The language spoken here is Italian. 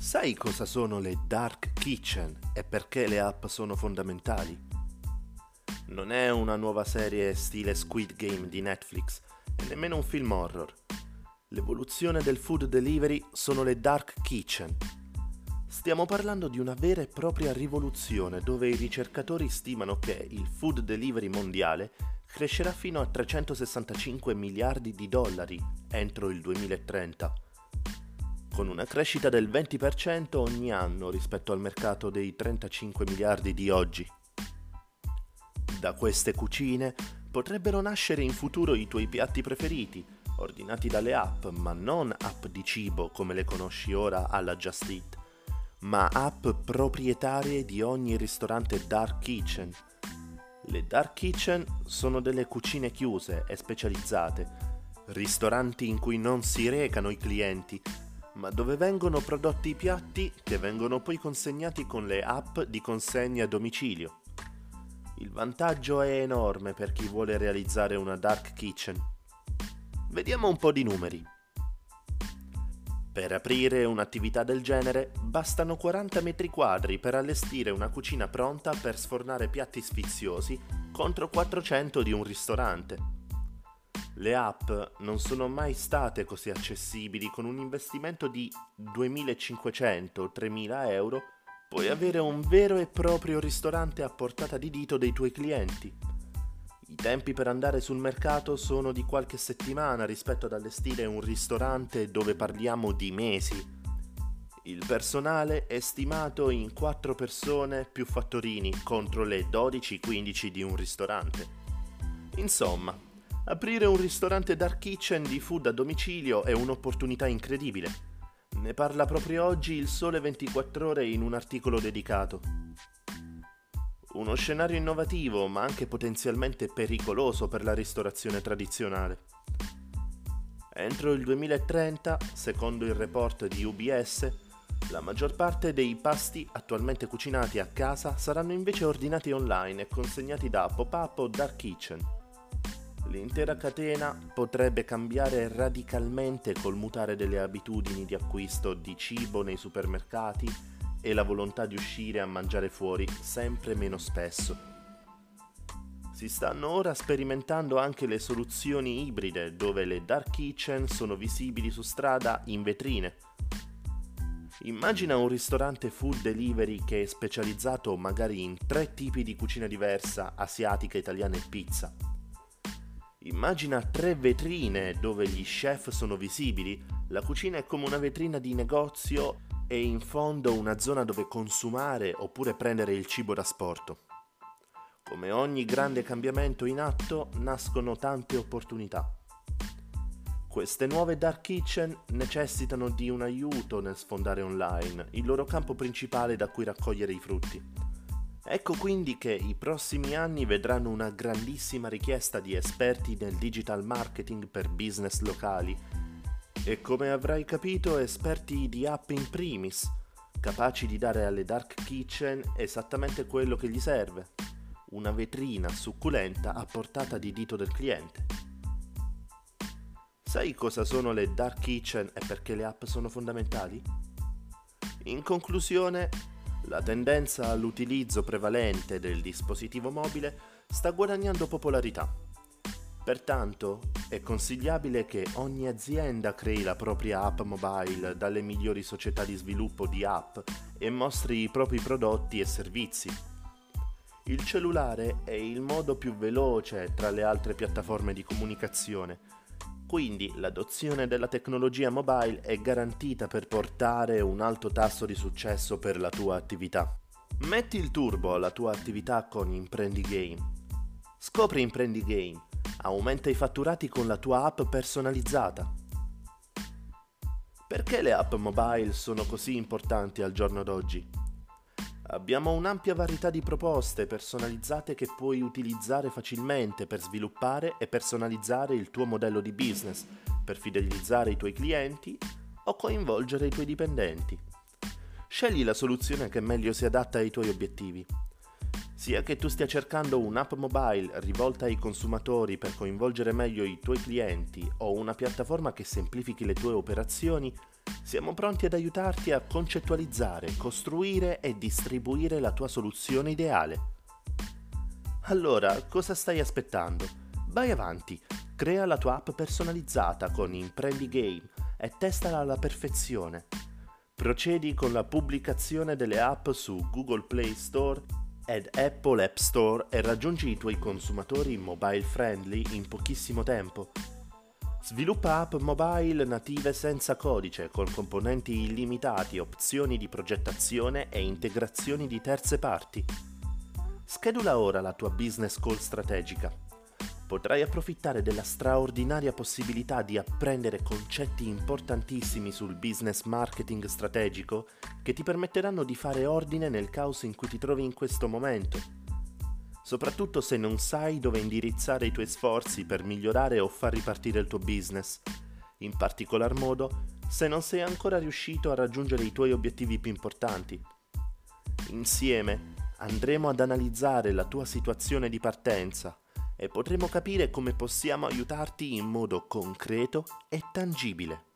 Sai cosa sono le dark kitchen e perché le app sono fondamentali? Non è una nuova serie stile Squid Game di Netflix e nemmeno un film horror. L'evoluzione del food delivery sono le dark kitchen. Stiamo parlando di una vera e propria rivoluzione dove i ricercatori stimano che il food delivery mondiale crescerà fino a 365 miliardi di dollari entro il 2030. Con una crescita del 20% ogni anno rispetto al mercato dei 35 miliardi di oggi. Da queste cucine potrebbero nascere in futuro i tuoi piatti preferiti, ordinati dalle app, ma non app di cibo come le conosci ora alla Just Eat, ma app proprietarie di ogni ristorante dark kitchen. Le dark kitchen sono delle cucine chiuse e specializzate, ristoranti in cui non si recano i clienti, ma dove vengono prodotti i piatti che vengono poi consegnati con le app di consegna a domicilio. Il vantaggio è enorme per chi vuole realizzare una dark kitchen. Vediamo un po' di numeri. Per aprire un'attività del genere bastano 40 metri quadri per allestire una cucina pronta per sfornare piatti sfiziosi contro 400 di un ristorante. Le app non sono mai state così accessibili. Con un investimento di 2.500-3.000 euro puoi avere un vero e proprio ristorante a portata di dito dei tuoi clienti. I tempi per andare sul mercato sono di qualche settimana rispetto ad allestire un ristorante dove parliamo di mesi. Il personale è stimato in 4 persone più fattorini contro le 12-15 di un ristorante. Insomma, aprire un ristorante dark kitchen di food a domicilio è un'opportunità incredibile. Ne parla proprio oggi il Sole 24 Ore in un articolo dedicato. Uno scenario innovativo, ma anche potenzialmente pericoloso per la ristorazione tradizionale. Entro il 2030, secondo il report di UBS, la maggior parte dei pasti attualmente cucinati a casa saranno invece ordinati online e consegnati da pop-up o dark kitchen. L'intera catena potrebbe cambiare radicalmente col mutare delle abitudini di acquisto di cibo nei supermercati e la volontà di uscire a mangiare fuori sempre meno spesso. Si stanno ora sperimentando anche le soluzioni ibride, dove le dark kitchen sono visibili su strada in vetrine. Immagina un ristorante food delivery che è specializzato magari in 3 tipi di cucina diversa, asiatica, italiana e pizza. Immagina 3 vetrine dove gli chef sono visibili, la cucina è come una vetrina di negozio e in fondo una zona dove consumare oppure prendere il cibo da asporto. Come ogni grande cambiamento in atto, nascono tante opportunità. Queste nuove dark kitchen necessitano di un aiuto nel sfondare online, il loro campo principale da cui raccogliere i frutti. Ecco quindi che i prossimi anni vedranno una grandissima richiesta di esperti nel digital marketing per business locali e, come avrai capito, esperti di app in primis, capaci di dare alle dark kitchen esattamente quello che gli serve, una vetrina succulenta a portata di dito del cliente. Sai cosa sono le dark kitchen e perché le app sono fondamentali? In conclusione, la tendenza all'utilizzo prevalente del dispositivo mobile sta guadagnando popolarità. Pertanto, è consigliabile che ogni azienda crei la propria app mobile dalle migliori società di sviluppo di app e mostri i propri prodotti e servizi. Il cellulare è il modo più veloce tra le altre piattaforme di comunicazione. Quindi l'adozione della tecnologia mobile è garantita per portare un alto tasso di successo per la tua attività. Metti il turbo alla tua attività con Imprendi Game. Scopri Imprendi Game, aumenta i fatturati con la tua app personalizzata. Perché le app mobile sono così importanti al giorno d'oggi? Abbiamo un'ampia varietà di proposte personalizzate che puoi utilizzare facilmente per sviluppare e personalizzare il tuo modello di business, per fidelizzare i tuoi clienti o coinvolgere i tuoi dipendenti. Scegli la soluzione che meglio si adatta ai tuoi obiettivi. Sia che tu stia cercando un'app mobile rivolta ai consumatori per coinvolgere meglio i tuoi clienti o una piattaforma che semplifichi le tue operazioni, siamo pronti ad aiutarti a concettualizzare, costruire e distribuire la tua soluzione ideale. Allora, cosa stai aspettando? Vai avanti, crea la tua app personalizzata con Imprendi Game e testala alla perfezione. Procedi con la pubblicazione delle app su Google Play Store ed Apple App Store e raggiungi i tuoi consumatori mobile friendly in pochissimo tempo. Sviluppa app mobile native senza codice, con componenti illimitati, opzioni di progettazione e integrazioni di terze parti. Schedula ora la tua business call strategica. Potrai approfittare della straordinaria possibilità di apprendere concetti importantissimi sul business marketing strategico che ti permetteranno di fare ordine nel caos in cui ti trovi in questo momento. Soprattutto se non sai dove indirizzare i tuoi sforzi per migliorare o far ripartire il tuo business. In particolar modo, se non sei ancora riuscito a raggiungere i tuoi obiettivi più importanti. Insieme andremo ad analizzare la tua situazione di partenza e potremo capire come possiamo aiutarti in modo concreto e tangibile.